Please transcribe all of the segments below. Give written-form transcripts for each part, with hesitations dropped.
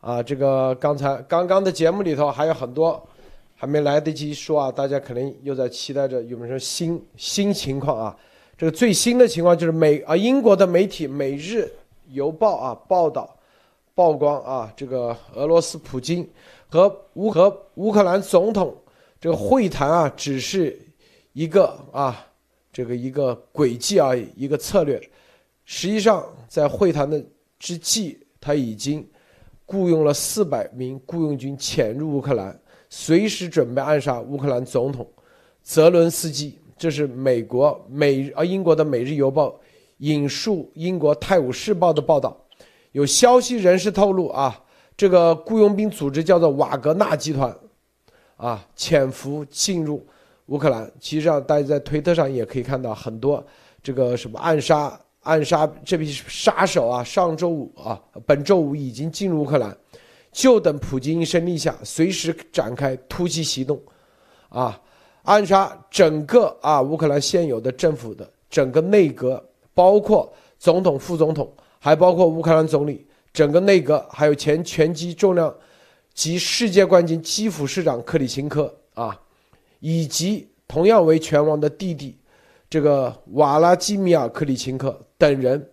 这个刚刚的节目里头还有很多还没来得及说啊，大家可能又在期待着有没有新情况啊。这个最新的情况就是英国的媒体《每日邮报》曝光啊，这个俄罗斯普京和乌克兰总统这个会谈啊，只是一个一个轨迹而已，一个策略。实际上，在会谈的之际，他已经雇佣了400名雇佣军潜入乌克兰，随时准备暗杀乌克兰总统泽伦斯基。这是英国的《每日邮报》引述英国《泰晤士报》的报道。有消息人士透露啊，这个雇佣兵组织叫做瓦格纳集团潜伏进入乌克兰。其实上大家在推特上也可以看到很多这个什么暗杀这批杀手啊，本周五已经进入乌克兰，就等普京一声令下，随时展开突击行动暗杀整个乌克兰现有的政府的整个内阁，包括总统、副总统，还包括乌克兰总理，整个内阁，还有前拳击重量级世界冠军基辅市长克里钦科以及同样为拳王的弟弟这个瓦拉基米尔·克里钦科等人。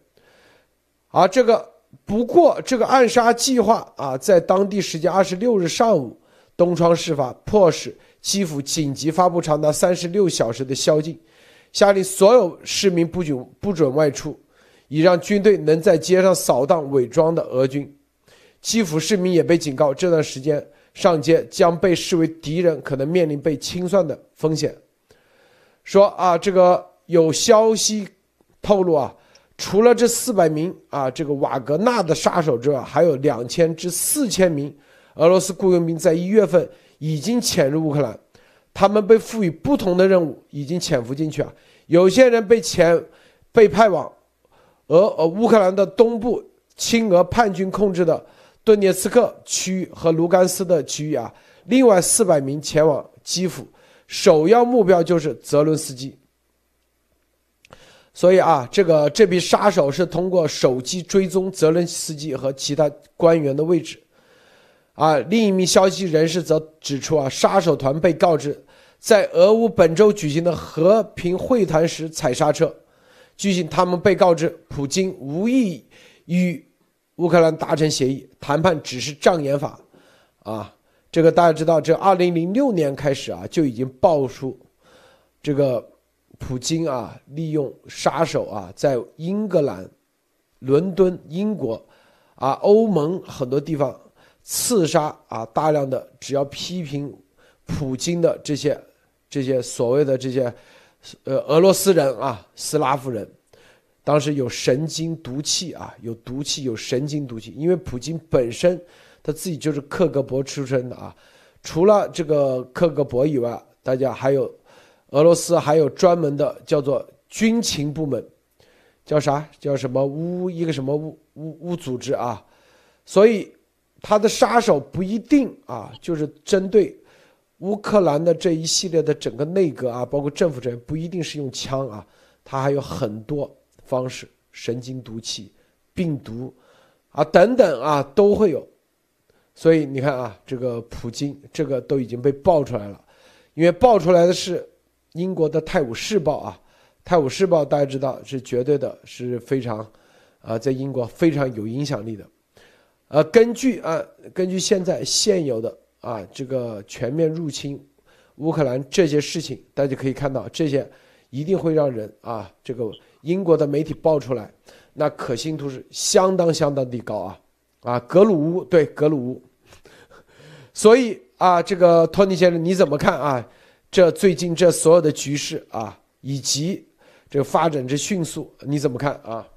不过这个暗杀计划在当地时间26日上午东窗事发，迫使基辅紧急发布长达36小时的宵禁，下令所有市民不准外出，以让军队能在街上扫荡伪装的俄军。基辅市民也被警告，这段时间上街将被视为敌人，可能面临被清算的风险。说这个有消息透露除了这400名这个瓦格纳的杀手之外，还有2000至4000名俄罗斯雇佣兵在1月份已经潜入乌克兰，他们被赋予不同的任务，已经潜伏进去有些人被派往乌克兰的东部亲俄叛军控制的顿涅茨克区域和卢甘斯的区域另外400名前往基辅，首要目标就是泽伦斯基。所以这批杀手是通过手机追踪泽伦斯基和其他官员的位置另一名消息人士则指出杀手团被告知在俄乌本周举行的和平会谈时踩刹车。据悉，他们被告知普京无意与乌克兰达成协议，谈判只是障眼法这个大家知道，这2006年开始就已经爆出这个普京利用杀手在英格兰、伦敦、英国欧盟很多地方刺杀大量的只要批评普京的这些所谓的这些俄罗斯人斯拉夫人。当时有神经毒气有毒气，有神经毒气。因为普京本身他自己就是克格勃出身的除了这个克格勃以外，大家还有俄罗斯还有专门的叫做军情部门，叫什么一个什么乌组织所以他的杀手不一定就是针对乌克兰的这一系列的整个内阁包括政府人员，不一定是用枪他还有很多方式，神经毒气、病毒等等都会有。所以你看这个普京这个都已经被爆出来了，因为爆出来的是英国的《泰晤士报》泰晤士报》大家知道是绝对的，是非常在英国非常有影响力的。根据现有的这个全面入侵乌克兰这些事情，大家可以看到，这些一定会让人这个英国的媒体爆出来，那可信度是相当地高格鲁乌，对，格鲁乌。所以这个托尼先生你怎么看这最近这所有的局势以及这个发展之迅速，你怎么看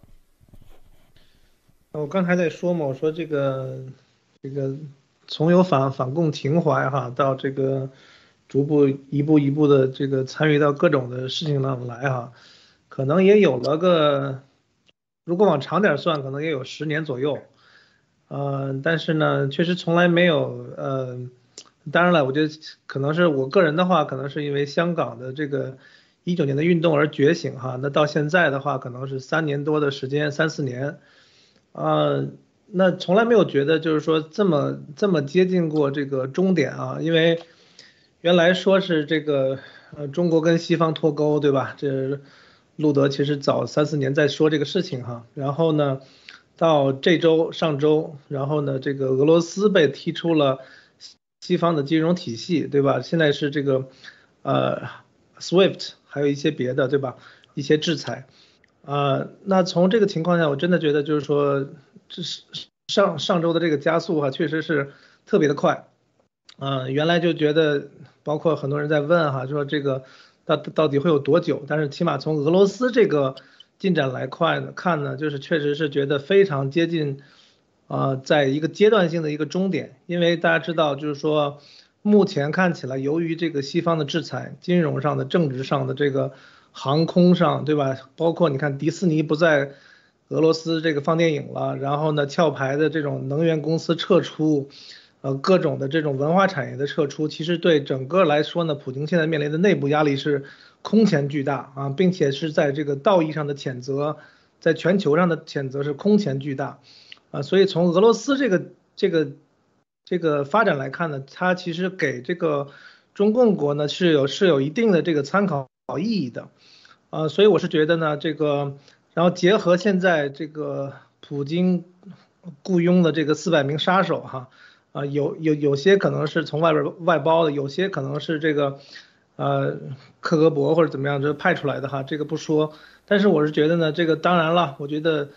我刚才在说嘛，我说这个从有反共情怀到这个逐步一步一步的这个参与到各种的事情上来可能也有了个，如果往长点算，可能也有10年左右。但是呢，确实从来没有当然了，我觉得可能是我个人的话，可能是因为香港的这个19年的运动而觉醒那到现在的话，可能是3年多的时间，3、4年。 那从来没有觉得就是说这么接近过这个终点啊，因为原来说是这个中国跟西方脱钩，对吧？这路德其实早3、4年在说这个事情哈，然后呢，到这周上周，然后呢，这个俄罗斯被踢出了西方的金融体系，对吧？现在是这个呃 SWIFT，还有一些别的，对吧？一些制裁。那从这个情况下，我真的觉得就是说，这是上周的这个加速哈，确实是特别的快。原来就觉得，包括很多人在问哈，说这个到底会有多久？但是起码从俄罗斯这个进展来看呢，就是确实是觉得非常接近，在一个阶段性的一个终点。因为大家知道，就是说目前看起来，由于这个西方的制裁、金融上的、政治上的这个航空上，对吧？包括你看迪士尼不在俄罗斯这个放电影了，然后呢，壳牌的这种能源公司撤出。各种的这种文化产业的撤出，其实对整个来说呢，普京现在面临的内部压力是空前巨大啊，并且是在这个道义上的谴责，在全球上的谴责是空前巨大，所以从俄罗斯这个发展来看呢，它其实给这个中共国呢是有一定的这个参考意义的，所以我是觉得呢，这个然后结合现在这个普京雇佣的这个400名杀手哈。有些可能是从外边外包的，有些可能是这个，克格勃或者怎么样，这派出来的哈，这个不说。但是我是觉得呢，这个当然了，我觉得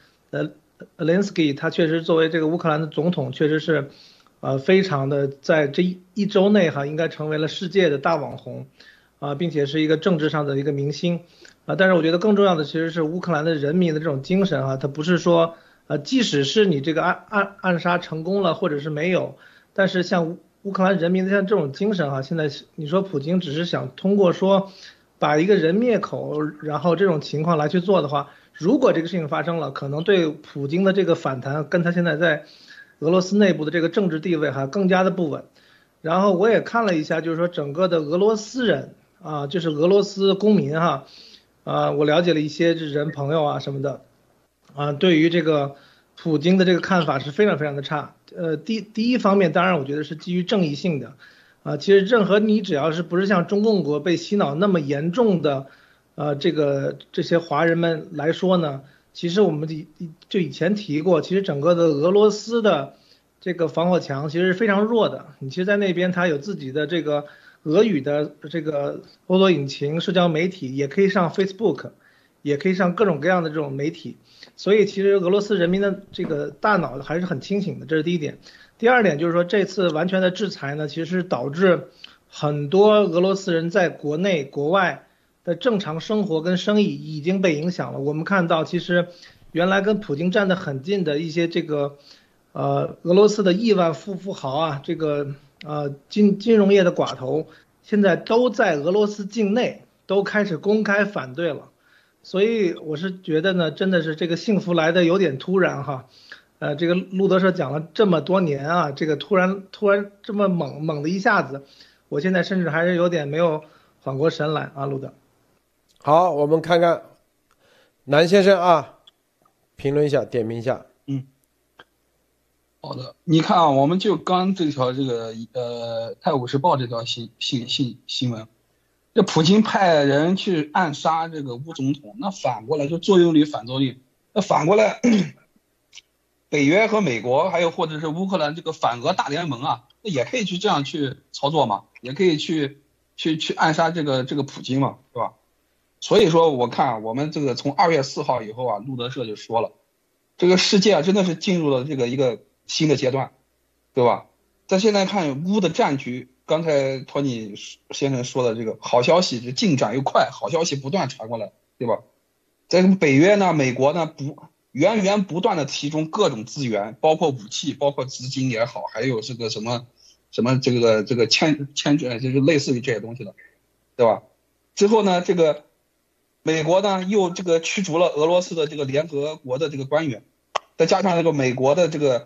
Zelensky 他确实作为这个乌克兰的总统，确实是，非常的在这一周内哈，应该成为了世界的大网红，并且是一个政治上的一个明星，但是我觉得更重要的其实是乌克兰的人民的这种精神啊，他不是说，即使是你这个暗杀成功了，或者是没有。但是像乌克兰人民的像这种精神哈，现在你说普京只是想通过说把一个人灭口，然后这种情况来去做的话，如果这个事情发生了，可能对普京的这个反弹跟他现在在俄罗斯内部的这个政治地位哈更加的不稳。然后我也看了一下，就是说整个的俄罗斯人就是俄罗斯公民哈，我了解了一些人朋友啊什么的，对于这个普京的这个看法是非常非常的差。第一方面，当然我觉得是基于正义性的，其实任何你只要是不是像中共国被洗脑那么严重的，这些华人们来说呢，其实我们就以前提过，其实整个的俄罗斯的这个防火墙其实是非常弱的。你其实，在那边它有自己的这个俄语的这个搜索引擎、社交媒体，也可以上 Facebook，也可以上各种各样的这种媒体。所以其实俄罗斯人民的这个大脑还是很清醒的，这是第一点。第二点就是说，这次完全的制裁呢，其实导致很多俄罗斯人在国内、国外的正常生活跟生意已经被影响了。我们看到，其实原来跟普京站得很近的一些这个俄罗斯的亿万富豪啊，这个金融业的寡头，现在都在俄罗斯境内都开始公开反对了。所以我是觉得呢，真的是这个幸福来的有点突然哈，这个路德社讲了这么多年啊，这个突然这么猛的一下子，我现在甚至还是有点没有缓过神来啊，路德。 好，我们看看南先生啊，评论一下，点评一下。 嗯，好的，你看啊，我们就刚这条《泰晤士报》这条新闻，这普京派人去暗杀这个乌总统，那反过来就作用力反作用力，那反过来，北约和美国还有或者是乌克兰这个反俄大联盟啊，那也可以去这样去操作嘛，也可以去暗杀这个普京嘛，是吧？所以说，我看我们这个从2月4号以后啊，路德社就说了，这个世界啊真的是进入了这个一个新的阶段，对吧？在现在看乌的战局，刚才托尼先生说的这个好消息，这进展又快，好消息不断传过来，对吧？在北约呢，美国呢源源不断的提供各种资源，包括武器，包括资金也好，还有这个什么这个就是类似于这些东西的，对吧？之后呢，这个美国呢又这个驱逐了俄罗斯的这个联合国的这个官员，再加上这个美国的这个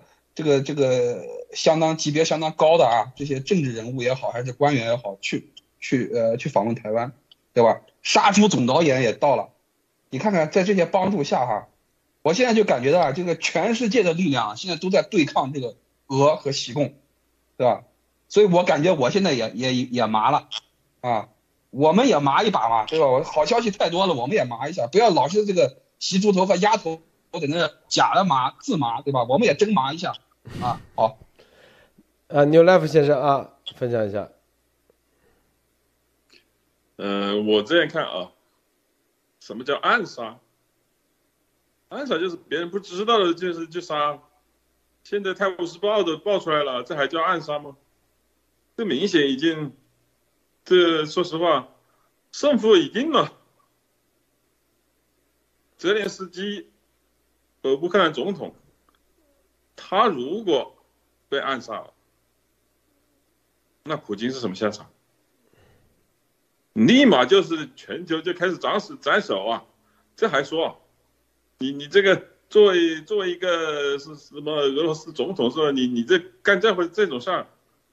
级别相当高的这些政治人物也好，还是官员也好，去访问台湾，对吧？杀猪总导演也到了，你看看在这些帮助下我现在就感觉到啊，这个全世界的力量现在都在对抗这个俄和西共，对吧？所以我感觉我现在也麻了啊，我们也麻一把嘛，对吧？我好消息太多了，我们也麻一下，不要老是这个洗猪头和鸭头在那假的麻自麻，对吧？我们也真麻一下啊！好， New Life 先生啊，分享一下。 我这样看啊，什么叫暗杀？暗杀就是别人不知道的，就杀。现在《泰晤士报》都爆出来了，这还叫暗杀吗？这明显已经，这说实话，胜负已定了。泽连斯基，乌克兰总统，他如果被暗杀了，那普京是什么下场？立马就是全球就开始斩首啊！这还说，你这个作为一个是什么俄罗斯总统是吧？你这干这种事儿，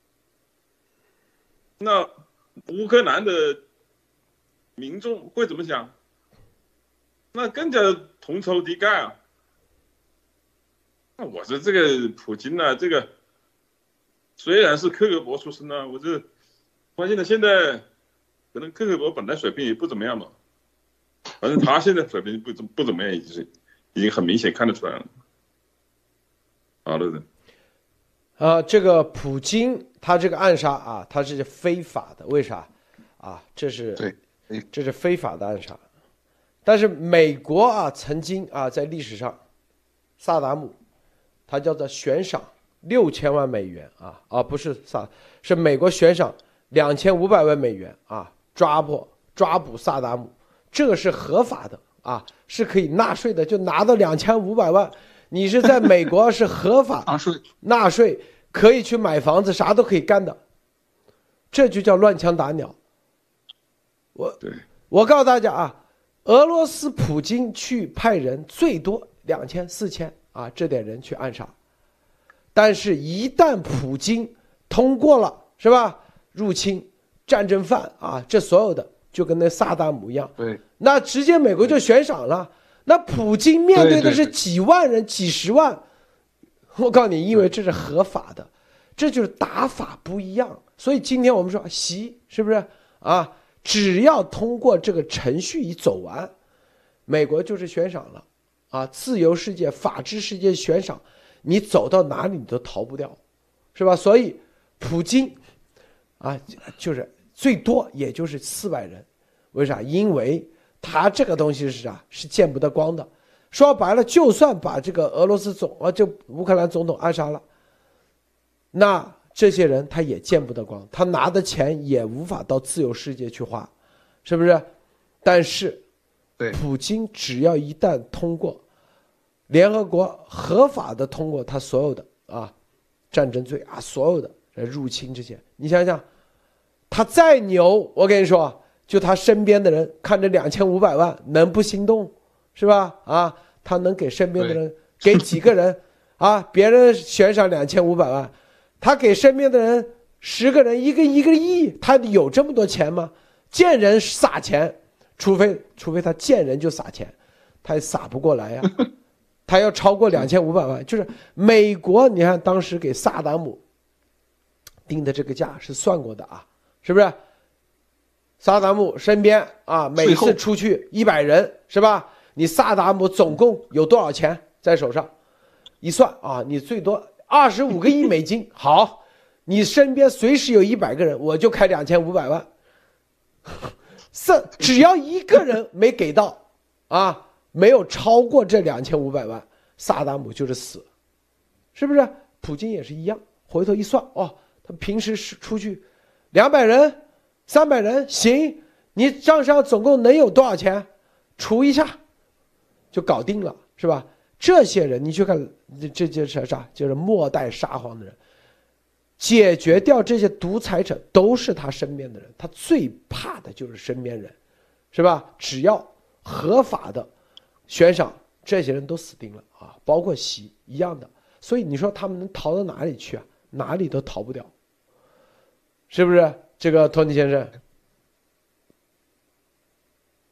那乌克兰的民众会怎么想？那更加同仇敌忾啊！那我说这个普京呢，这个虽然是克格勃出身呢，我这发现了现在。可能克格勃本来水平也不怎么样嘛，反正他现在水平不怎么样，已经很明显看得出来了。好的， 这个普京他这个暗杀啊，他是非法的，为啥？啊，这是非法的暗杀。但是美国啊，曾经啊，在历史上，萨达姆，他叫做悬赏6000万美元啊，不是是美国悬赏2500万美元啊。抓捕萨达姆，这个是合法的啊，是可以纳税的，就拿到2500万，你是在美国是合法纳税，可以去买房子，啥都可以干的，这就叫乱枪打鸟。我告诉大家啊，俄罗斯普京去派人最多2000、4000啊，这点人去暗杀，但是一旦普京通过了，是吧？入侵。战争犯啊，这所有的就跟那萨达姆一样， 对， 那直接美国就悬赏了。那普京面对的是几万人、几十万，我告诉你，因为这是合法的，这就是打法不一样。所以今天我们说是不是啊？只要通过这个程序一走完，美国就是悬赏了啊！自由世界、法治世界悬赏，你走到哪里你都逃不掉，是吧？所以普京啊，就是。最多也就是400人，为啥？因为他这个东西是啥？是见不得光的。说白了，就算把这个俄罗斯就乌克兰总统暗杀了，那这些人他也见不得光，他拿的钱也无法到自由世界去花，是不是？但是，普京只要一旦通过联合国合法的通过他所有的战争罪啊，所有的入侵这些，你想想。他再牛，我跟你说，就他身边的人看着2500万，能不心动，是吧？啊，他能给身边的人给几个人啊？别人悬赏2500万，他给身边的人10个人一个亿，他有这么多钱吗？见人撒钱，除非他见人就撒钱，他也撒不过来呀。他要超过2500万，就是美国，你看当时给萨达姆定的这个价是算过的啊。是不是？萨达姆身边啊，每次出去100人是吧？你萨达姆总共有多少钱在手上？一算啊，你最多25个亿美金。好，你身边随时有100个人，我就开2500万。只要一个人没给到啊，没有超过这2500万，萨达姆就是死，是不是？普京也是一样，回头一算哦，他平时出去。200人、300人，行，你账上总共能有多少钱？除一下，就搞定了，是吧？这些人，你去看，这就是啥？就是末代沙皇的人，解决掉这些独裁者，都是他身边的人。他最怕的就是身边人，是吧？只要合法的悬赏，这些人都死定了啊！包括习一样的。所以你说他们能逃到哪里去啊？哪里都逃不掉。是不是这个托尼先生？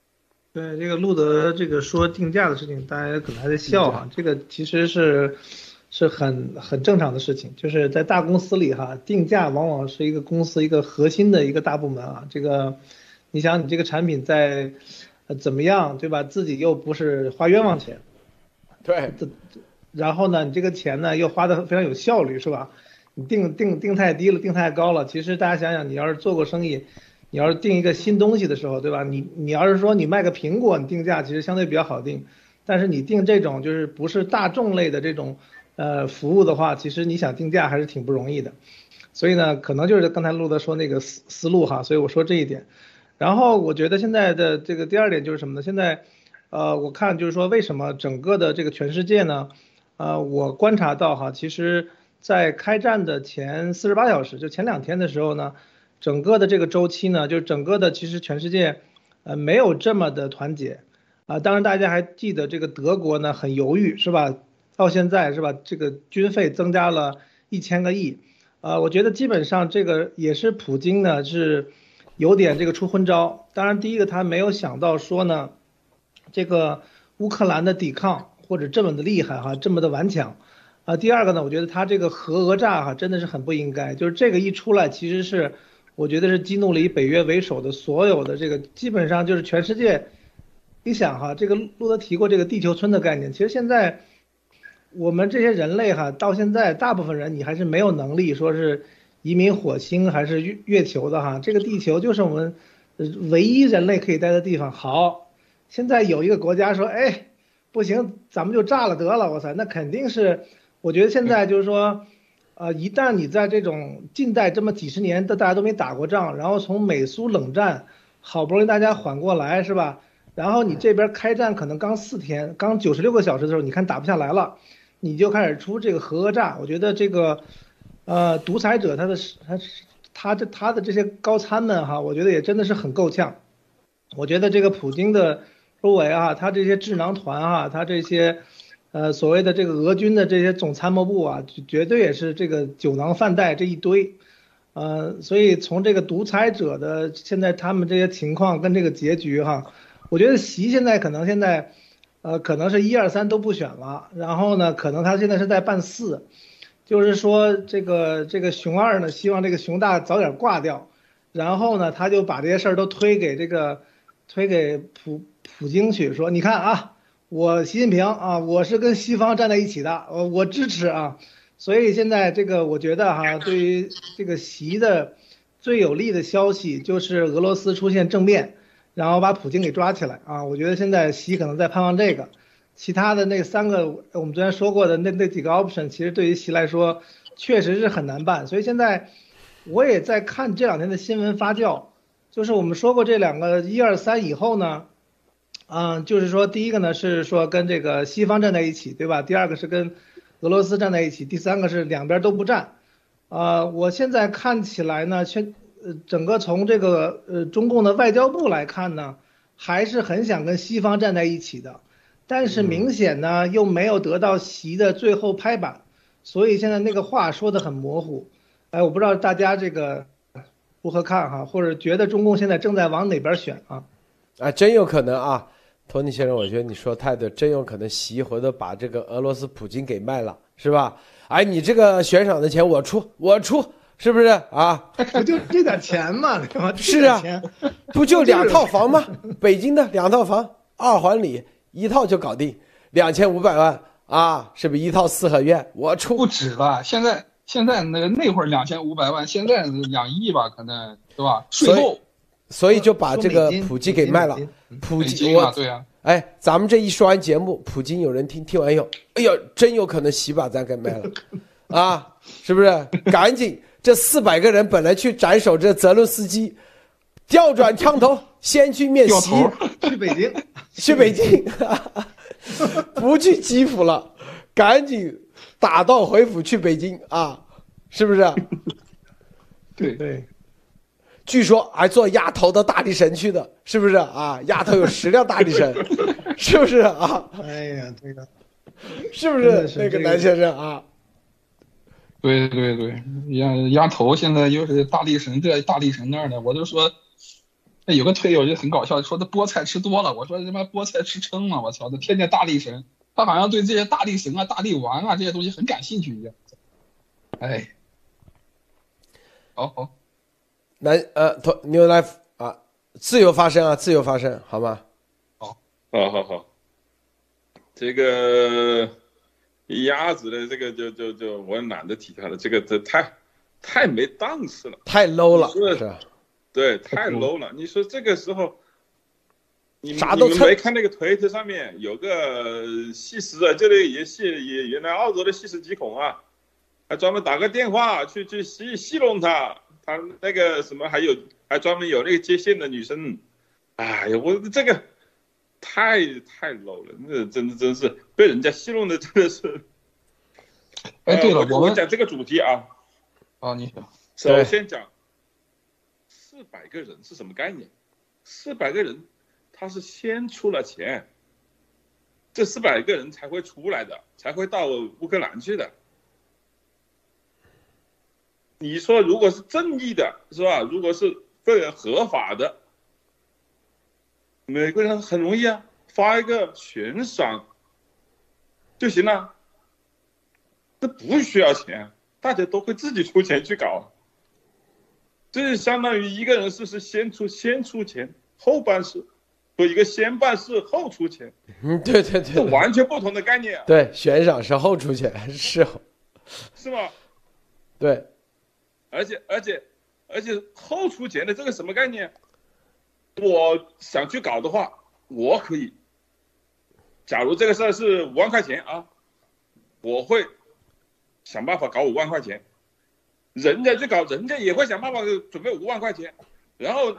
对这个路德这个说定价的事情，大家可能还在笑哈，这个其实是很正常的事情，就是在大公司里哈，定价往往是一个公司一个核心的一个大部门啊。这个，你想你这个产品在怎么样，对吧？自己又不是花冤枉钱， 对， 然后呢，你这个钱呢又花的非常有效率，是吧？你定太低了，定太高了，其实大家想想，你要是做过生意，你要是定一个新东西的时候，对吧？你要是说你卖个苹果，你定价其实相对比较好定，但是你定这种就是不是大众类的这种服务的话，其实你想定价还是挺不容易的。所以呢，可能就是刚才路德说那个思路哈，所以我说这一点。然后我觉得现在的这个第二点就是什么呢？现在我看就是说为什么整个的这个全世界呢？我观察到哈，其实在开战的前48小时，就前2天的时候呢，整个的这个周期呢，就是整个的其实全世界没有这么的团结啊。当然大家还记得这个德国呢很犹豫是吧？到现在是吧？这个军费增加了1000个亿，我觉得基本上这个也是普京呢是有点这个出昏招。当然第一个他没有想到说呢，这个乌克兰的抵抗或者这么的厉害哈，这么的顽强。第二个呢，我觉得他这个核讹诈哈，真的是很不应该。就是这个一出来，其实是我觉得是激怒了以北约为首的所有的这个，基本上就是全世界。你想哈，这个路德提过这个地球村的概念，其实现在我们这些人类哈，到现在大部分人你还是没有能力说是移民火星还是月球的哈，这个地球就是我们唯一人类可以待的地方。好，现在有一个国家说，哎，不行，咱们就炸了得了，我操，那肯定是。我觉得现在就是说，一旦你在这种近代这么几十年的大家都没打过仗，然后从美苏冷战好不容易大家缓过来是吧？然后你这边开战可能刚4天，刚96个小时的时候，你看打不下来了，你就开始出这个核讹诈。我觉得这个，独裁者他的这些高参们哈，我觉得也真的是很够呛。我觉得这个普京的周围啊，他这些智囊团啊，他这些。所谓的这个俄军的这些总参谋部啊，绝对也是这个酒囊饭袋这一堆，所以从这个独裁者的现在他们这些情况跟这个结局哈，我觉得习现在可能是1、2、3都不选了，然后呢，可能他现在是在办4，就是说这个熊2呢，希望这个熊大早点挂掉，然后呢，他就把这些事儿都推给普京去，说你看啊。我习近平啊，我是跟西方站在一起的，我支持啊，所以现在这个我觉得哈，对于这个习的最有利的消息就是俄罗斯出现政变，然后把普京给抓起来啊，我觉得现在习可能在盼望这个，其他的那3个我们昨天说过的那几个 option， 其实对于习来说确实是很难办，所以现在我也在看这2天的新闻发酵，就是我们说过这2个1、2、3以后呢。就是说，第一个呢是说跟这个西方站在一起，对吧？第二个是跟俄罗斯站在一起，第3个是两边都不站。我现在看起来呢，整个从这个中共的外交部来看呢，还是很想跟西方站在一起的，但是明显呢又没有得到习的最后拍板，所以现在那个话说得很模糊。我不知道大家这个如何看哈，或者觉得中共现在正在往哪边选啊？ 真有可能啊。托尼先生，我觉得你说太对，真有可能习回头把这个俄罗斯普京给卖了，是吧？哎，你这个悬赏的钱我出，是不是啊？ 不就这点钱吗？ 是啊，不就2套房吗？北京的2套房，2环里1套就搞定，2500万啊，是不是1套4合院？我出不止了，现在那会儿2500万，现在2亿吧，可能对吧？税后。 所以就把这个普京给卖了，普京对啊， 哎，咱们这一说完节目，普京有人听完以后，哎呀，真有可能习把咱给卖了，啊，是不是？赶紧，这400个人本来去斩首这泽伦斯基，调转枪头，先去灭习，去北京，不去基辅了，赶紧打道回府去北京啊，是不是？ 对。 据说还坐鸭头的大力神去的，是不是啊？鸭头有10辆大力神，是不是啊？ 哎呀，这个是不是那个南先生啊？ 对，鸭头现在又是大力神这大力神那儿的，我就说， 那有个推友就很搞笑，说他菠菜吃多了。我说他妈菠菜吃撑了，我操，他天天大力神，他好像对这些大力神啊、大力丸啊这些东西很感兴趣一样。哎，好， New Life 啊，自由发声啊，自由发声，好吗？ 好，这个鸭子的这个就我懒得提他了，这太没档次了， 太 low 了，是吧？ 对，太 low 了。你说这个时候，你们没看那个推特上面有个细思啊，这里也原来澳洲的细思极恐啊，还专门打个电话去戏弄他那个什么，还专门有那个接线的女生。哎呀，我这个太 low 了，那真是被人家戏弄的，真的是。 哎，对了， 我讲这个主题啊。 你首先讲400个人是什么概念？400个人，他是先出了钱，这400个人才会出来的，才会到乌克兰去的。你说如果是正义的，是吧？如果是合法的，每个人很容易啊，发一个悬赏就行了，这不需要钱，大家都会自己出钱去搞。这相当于一个人是先出钱后办事，和一个先办事后出钱。 对， 这完全不同的概念。 对，悬赏是后出钱，是吗？ 对， 而且后出钱的这个什么概念？我想去搞的话，我可以。假如这个事儿是5万块钱啊，我会想办法搞5万块钱。人家去搞，人家也会想办法准备5万块钱，然后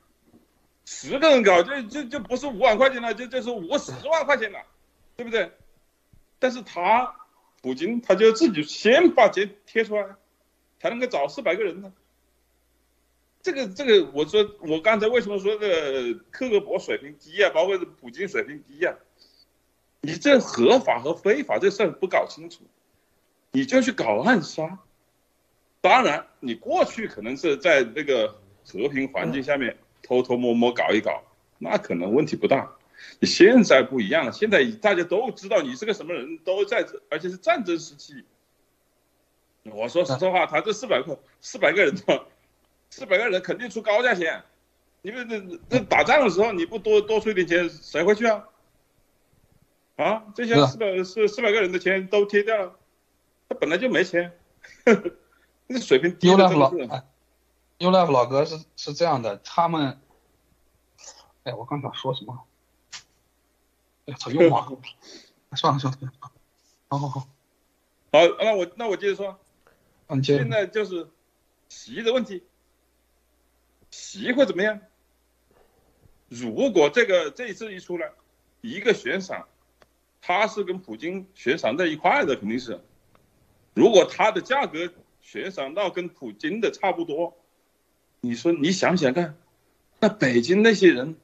10个人搞，就不是5万块钱了，就是50万块钱了，对不对？但是普京他就自己先把钱贴出来，才能够找400个人呢。这个，我说我刚才为什么说这个克格勃水平低啊，包括普京水平低啊？你这合法和非法这事儿不搞清楚，你就去搞暗杀。当然，你过去可能是在那个和平环境下面偷偷摸摸搞一搞，那可能问题不大。你现在不一样了，现在大家都知道你是个什么人，都在这，而且是战争时期。我说实话，他这400个人，400个人肯定出高价钱。你们这打仗的时候，你不多出一点钱，谁会去啊？这些400个人的钱都贴掉了，他本来就没钱。那水平低的真的是。 ULife 老哥是这样的，他们，我刚想说什么？操，又忘了。算了，好， 那我接着说。 接着。 现在就是习的问题，习会怎么样？如果这一次一出来，一个悬赏，他是跟普京悬赏在一块的，肯定是。如果他的价格悬赏到跟普京的差不多，你说你想想看，那北京那些人，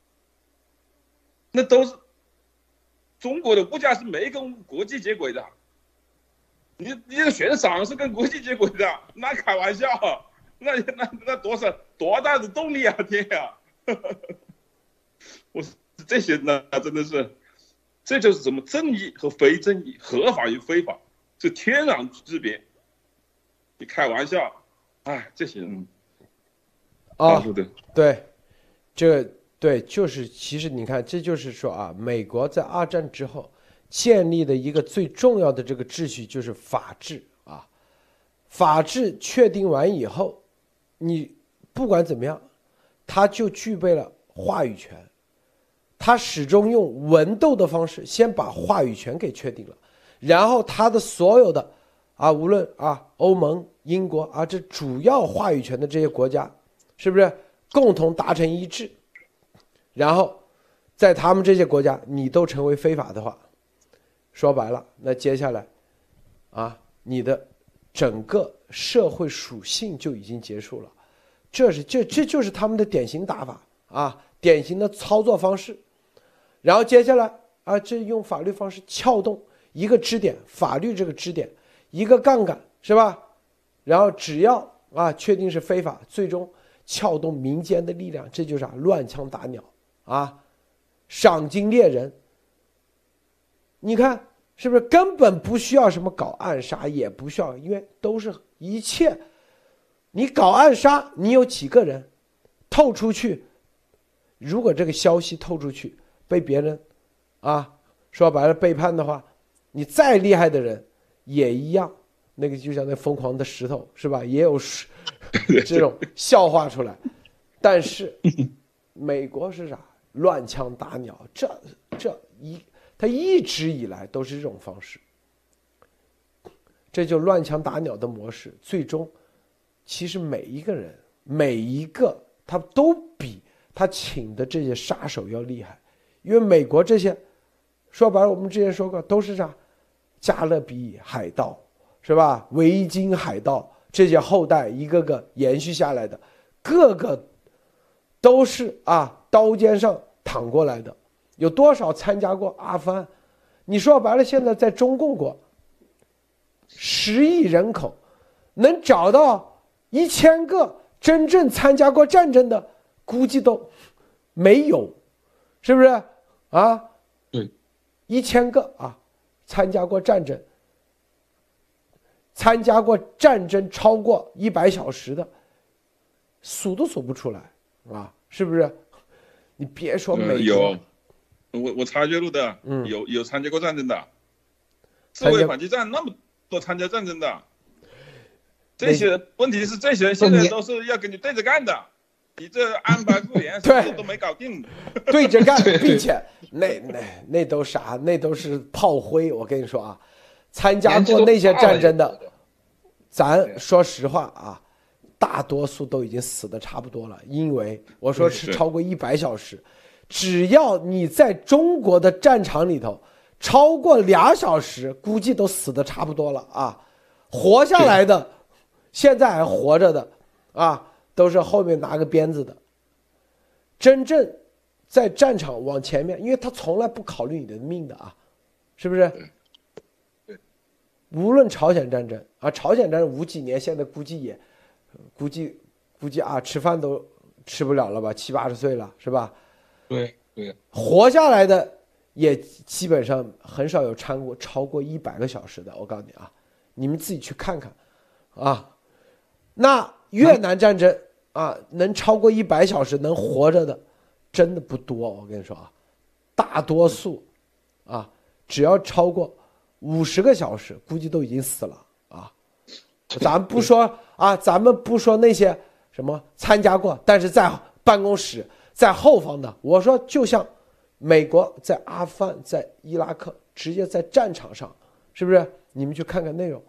那都是中国的物价是没跟国际接轨的，你这个悬赏是跟国际接轨的，那开玩笑，那多大的动力啊！天呀，我这些呢真的是，这就是什么正义和非正义，合法与非法，这天壤之别。你开玩笑，这些人对，对，就是其实你看，这就是说美国在2战之后建立的一个最重要的这个秩序就是法治啊。法治确定完以后，你不管怎么样，他就具备了话语权。他始终用文斗的方式先把话语权给确定了，然后他的所有的无论欧盟、英国这主要话语权的这些国家，是不是共同达成一致？然后在他们这些国家你都成为非法的话，说白了，那接下来你的整个社会属性就已经结束了。这就是他们的典型打法典型的操作方式。然后接下来这用法律方式撬动一个支点，法律这个支点一个杠杆，是吧？然后只要确定是非法，最终撬动民间的力量，这就是乱枪打鸟啊，赏金猎人。你看是不是根本不需要什么搞暗杀，也不需要，因为都是一切，你搞暗杀，你有几个人透出去，如果这个消息透出去被别人说白了背叛的话，你再厉害的人也一样，那个就像那疯狂的石头是吧，也有这种笑话出来。但是美国是啥？乱枪打鸟，他一直以来都是这种方式，这就乱枪打鸟的模式。最终其实每一个人每一个他都比他请的这些杀手要厉害，因为美国这些说白了我们之前说过都是啥，加勒比海盗是吧，维京海盗这些后代一个个延续下来的，个个都是刀尖上淌过来的。有多少参加过阿富汗？你说白了，现在在中共国10亿人口，能找到1000个真正参加过战争的，估计都没有，是不是对 ，1000个参加过战争，参加过战争超过100小时的，数都数不出来是不是？你别说美国。 有，我察觉录的，有参加过战争的，自卫反击战那么多参加战争的，这些问题是这些人现在都是要跟你对着干的，你这安排复员都没搞定， 对着干，并且那都啥？那都是炮灰。我跟你说参加过那些战争的，咱说实话大多数都已经死的差不多了，因为我说是超过100小时。只要你在中国的战场里头超过2小时，估计都死的差不多了活下来的，现在还活着的都是后面拿个鞭子的。真正在战场往前面，因为他从来不考虑你的命的是不是？无论朝鲜战争朝鲜战争50几年，现在估计吃饭都吃不了了吧，70、80岁了是吧？ 对， 活下来的也基本上很少有参过超过100个小时的。我告诉你你们自己去看看那越南战争能超过100小时能活着的真的不多。我跟你说大多数只要超过50个小时，估计都已经死了咱们不说那些什么参加过，但是在办公室在后方的，我说就像美国在阿富汗在伊拉克直接在战场上，是不是？你们去看看内容，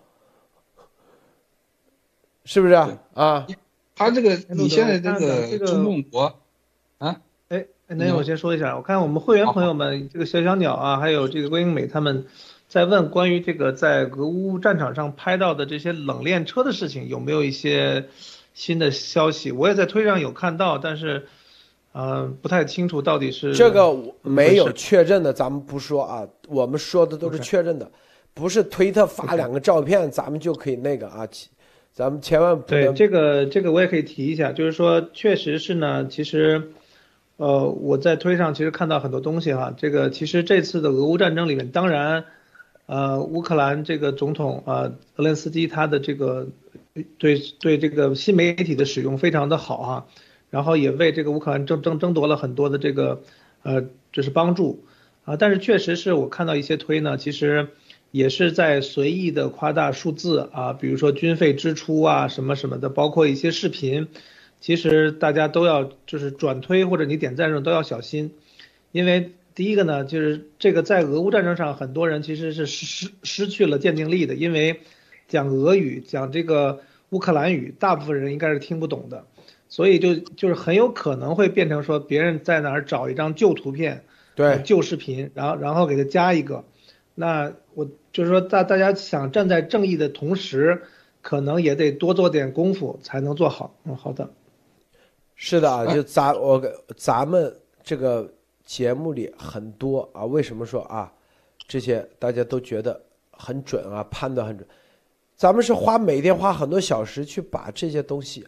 是不是他这个你现在这个中共国那我先说一下，我看我们会员朋友们这个小小鸟还有这个郭英美他们在问关于这个在俄乌战场上拍到的这些冷链车的事情有没有一些新的消息。我也在推上有看到，但是不太清楚到底是这个没有确认的，咱们不说我们说的都是确认的，不是推特发2个照片咱们就可以那个咱们千万不能。 对，这个我也可以提一下，就是说确实是呢，其实我在推上其实看到很多东西这个其实这次的俄乌战争里面，当然乌克兰这个总统泽连斯基他的这个对这个新媒体的使用非常的好然后也为这个乌克兰争夺了很多的这个就是帮助但是确实是我看到一些推呢，其实也是在随意的夸大数字比如说军费支出什么什么的，包括一些视频，其实大家都要就是转推或者你点赞上都要小心，因为第一个呢，就是这个在俄乌战争上，很多人其实是失去了鉴定力的，因为讲俄语、讲这个乌克兰语，大部分人应该是听不懂的，所以就是很有可能会变成说别人在哪儿找一张旧图片、 对旧视频，然后给他加一个，那我就是说大家想站在正义的同时，可能也得多做点功夫才能做好。好的， 是的就咱们这个节目里很多为什么说这些大家都觉得很准判断很准，咱们是每天花很多小时去把这些东西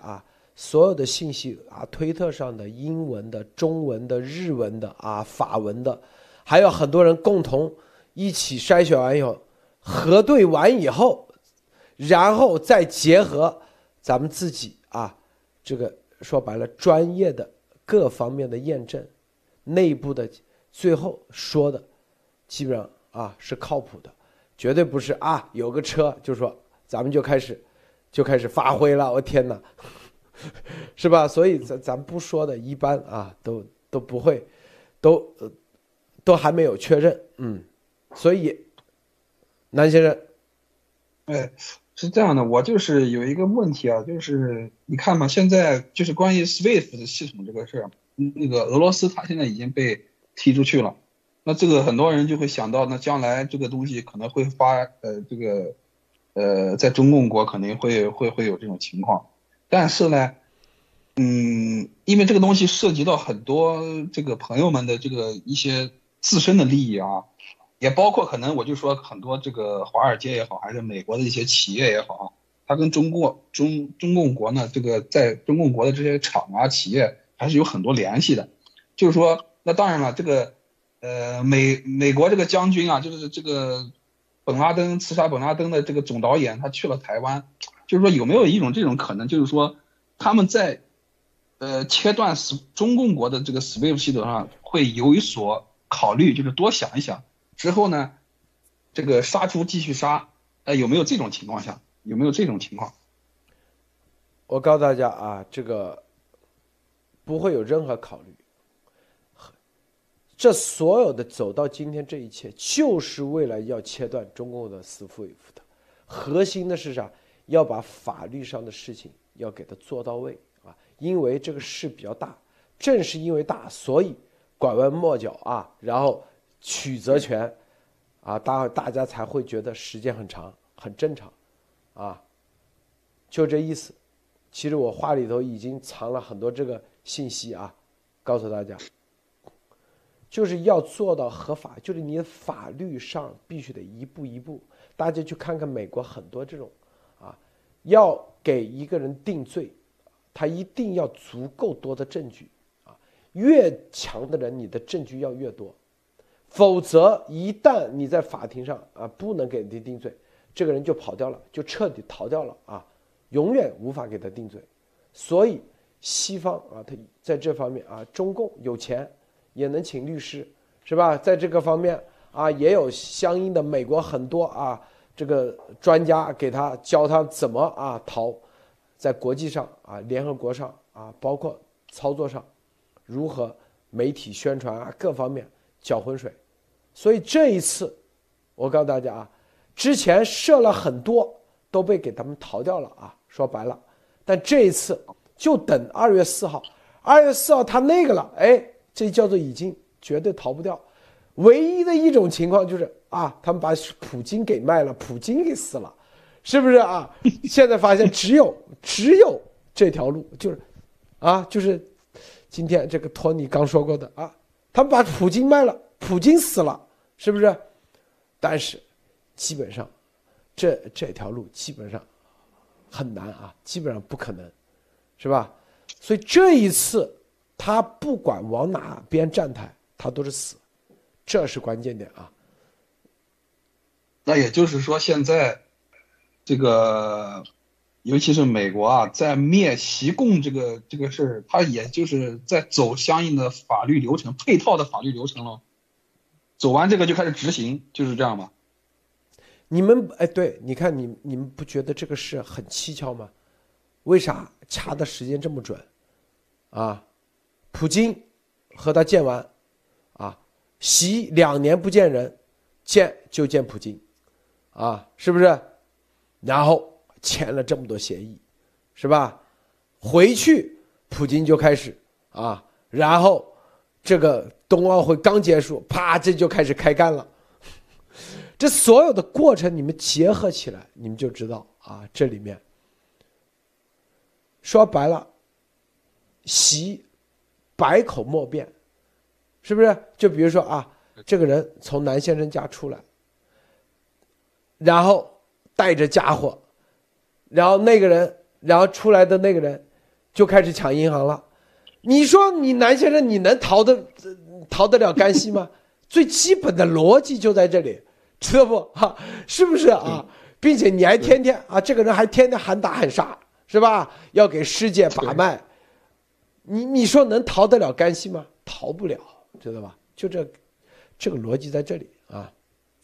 所有的信息啊，推特上的英文的、中文的、日文的啊、法文的，还有很多人共同一起筛选完以后，核对完以后，然后再结合咱们自己啊，这个说白了专业的各方面的验证，内部的最后说的基本上啊是靠谱的，绝对不是啊有个车就说咱们就开始发挥了，我天哪！是吧？所以咱不说的，一般啊，都不会，都还没有确认，所以，南先生， 哎，是这样的，我就是有一个问题啊，就是你看嘛，现在就是关于 SWIFT 的系统这个事儿，那个俄罗斯它现在已经被踢出去了，那这个很多人就会想到，那将来这个东西可能会在中共国肯定会有这种情况。但是呢，因为这个东西涉及到很多这个朋友们的这个一些自身的利益啊，也包括可能我就说很多这个华尔街也好，还是美国的一些企业也好，它跟中共国呢，这个在中共国的这些厂啊企业还是有很多联系的。就是说，那当然了，这个美国这个将军啊，就是这个刺杀本拉登的这个总导演，他去了台湾。就是说有没有一种这种可能，就是说他们在切断中共国的这个 SWIFT 系统上会有所考虑，就是多想一想之后呢，这个杀猪继续杀，有没有这种情况下？有没有这种情况？ 我告诉大家啊，这个不会有任何考虑，这所有的走到今天这一切，就是为了要切断中共的 SWIFT 的核心的是啥？要把法律上的事情要给它做到位啊，因为这个事比较大，正是因为大，所以拐弯抹角啊，然后曲责权啊，大家才会觉得时间很长，很正常啊，就这意思。其实我话里头已经藏了很多这个信息啊，告诉大家，就是要做到合法，就是你的法律上必须得一步一步。大家去看看美国很多这种。要给一个人定罪，他一定要足够多的证据啊，越强的人你的证据要越多，否则一旦你在法庭上啊不能给你定罪，这个人就跑掉了，就彻底逃掉了啊，永远无法给他定罪。所以西方啊，他在这方面啊，中共有钱也能请律师，是吧？在这个方面啊，也有相应的美国很多啊。这个专家给他教他怎么啊逃，在国际上啊、联合国上啊，包括操作上，如何媒体宣传啊各方面搅浑水。所以这一次，我告诉大家啊，之前设了很多都被给他们逃掉了啊，说白了。但这一次就等2月4号，2月4号他那个了，哎，这叫做已经绝对逃不掉。唯一的一种情况就是啊，他们把普京给卖了，普京给死了，是不是啊？现在发现只有这条路，就是啊，就是今天这个托尼刚说过的啊，他们把普京卖了，普京死了，是不是？但是基本上这条路基本上很难啊，基本上不可能，是吧？所以这一次他不管往哪边站台，他都是死。这是关键点啊！ 那也就是说，现在这个，尤其是美国啊，在灭习共这个事儿，它也就是在走相应的法律流程，配套的法律流程了。走完这个就开始执行，就是这样吗？ 你们哎，对，你看你们不觉得这个事很蹊跷吗？为啥掐的时间这么准？啊，普京和他见完。习2年不见人，见普京，啊，是不是？然后签了这么多协议，是吧？回去普京就开始啊，然后这个冬奥会刚结束，啪，这就开始开干了。这所有的过程你们结合起来，你们就知道啊，这里面说白了，习百口莫辩。是不是？就比如说啊，这个人从南先生家出来，然后带着家伙，然后出来的那个人就开始抢银行了。你说你南先生，你能逃得了干系吗？最基本的逻辑就在这里，知道不？哈，是不是啊？并且你还天天啊，这个人还天天喊打喊杀，是吧？要给世界把脉，你说能逃得了干系吗？逃不了，知道吧？就这个逻辑在这里啊。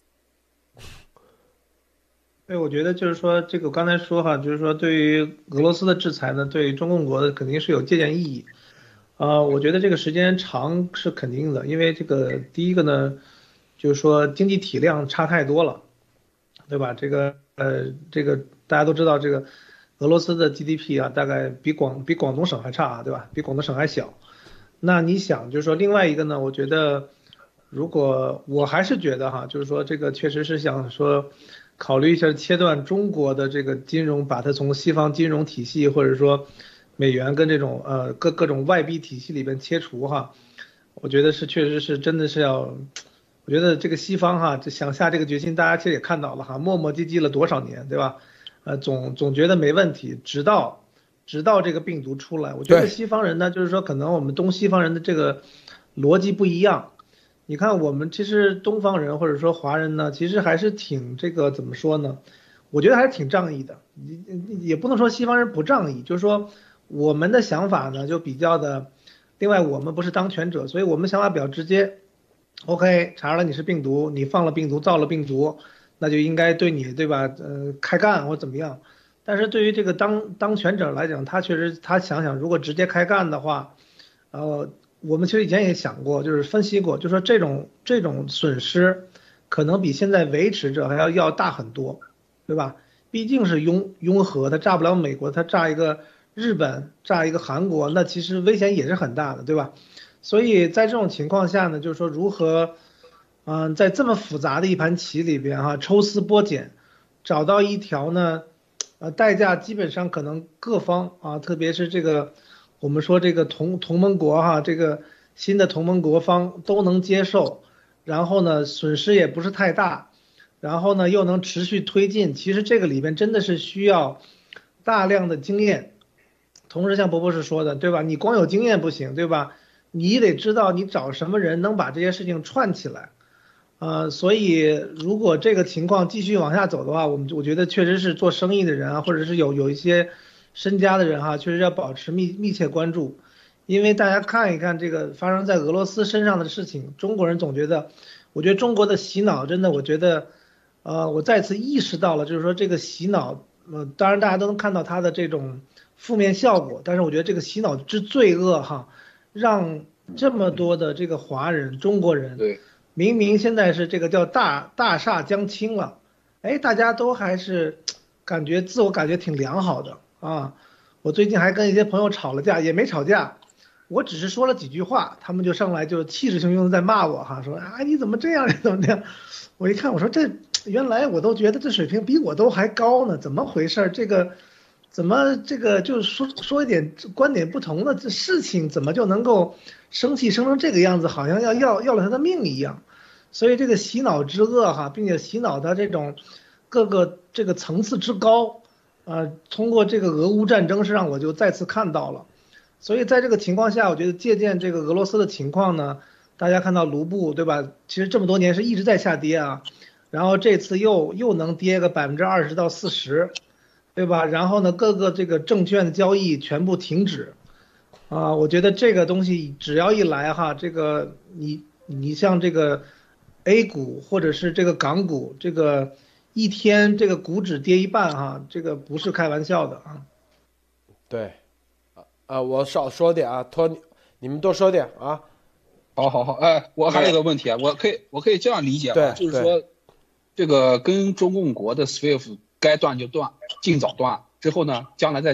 对，我觉得就是说，这个我刚才说哈，就是说对于俄罗斯的制裁呢，对中共国的肯定是有借鉴意义。我觉得这个时间长是肯定的，因为这个第一个呢，就是说经济体量差太多了，对吧？这个大家都知道，这个俄罗斯的 GDP 啊，大概比广东省还差啊，对吧？比广东省还小。那你想，就是说另外一个呢，我觉得如果我还是觉得哈，就是说这个确实是想说考虑一下切断中国的这个金融，把它从西方金融体系或者说美元跟这种各种外币体系里边切除哈，我觉得是确实是真的是要，我觉得这个西方哈，就想下这个决心，大家其实也看到了哈，磨磨唧唧了多少年，对吧？总觉得没问题，直到这个病毒出来，我觉得西方人呢，就是说可能我们东西方人的这个逻辑不一样。你看我们其实东方人或者说华人呢，其实还是挺这个怎么说呢？我觉得还是挺仗义的，也不能说西方人不仗义，就是说我们的想法呢就比较的，另外我们不是当权者，所以我们想法比较直接。OK， 查出来你是病毒，你放了病毒，造了病毒，那就应该对你对吧？开干或怎么样？但是对于这个当权者来讲，他确实他想想，如果直接开干的话，我们其实以前也想过，就是分析过，就说这种损失，可能比现在维持着还要大很多，对吧？毕竟是拥核，它炸不了美国，它炸一个日本，炸一个韩国，那其实危险也是很大的，对吧？所以在这种情况下呢，就是说如何，在这么复杂的一盘棋里边哈，抽丝剥茧，找到一条呢，代价基本上可能各方啊，特别是这个我们说这个同盟国哈，这个新的同盟国方都能接受，然后呢损失也不是太大，然后呢又能持续推进，其实这个里边真的是需要大量的经验。同时像博士说的，对吧？你光有经验不行，对吧？你得知道你找什么人能把这些事情串起来。所以如果这个情况继续往下走的话，我觉得确实是做生意的人啊，或者是有一些身家的人哈，确实要保持密切关注，因为大家看一看这个发生在俄罗斯身上的事情，中国人总觉得，我觉得中国的洗脑真的，我觉得，我再次意识到了，就是说这个洗脑，当然大家都能看到它的这种负面效果，但是我觉得这个洗脑之罪恶哈，让这么多的这个华人、中国人， 对。 明明现在是这个叫大厦将倾了，哎，大家都还是自我感觉挺良好的啊。我最近还跟一些朋友吵了架，也没吵架，我只是说了几句话，他们就上来就气势汹汹的在骂我哈，说啊你怎么这样，你怎么这样？我一看我说这原来我都觉得这水平比我都还高呢，怎么回事？这个怎么这个就是说一点观点不同的这事情，怎么就能够生气生成这个样子，好像要了他的命一样？所以这个洗脑之恶哈，并且洗脑的这种各个这个层次之高，通过这个俄乌战争是让我就再次看到了。所以在这个情况下，我觉得借鉴这个俄罗斯的情况呢，大家看到卢布对吧？其实这么多年是一直在下跌啊，然后这次又能跌个20%到40%，对吧？然后呢，各个这个证券交易全部停止，我觉得这个东西只要一来哈，这个你像这个 A 股或者是这个港股，这个一天这个股指跌一半哈，这个不是开玩笑的啊。 对，我少说点啊，你们多说点啊。 好，哎，我还有个问题啊，我可以这样理解啊，就是说，这个跟中共国的 SWIFT 该断就断，尽早断，之后呢，将来再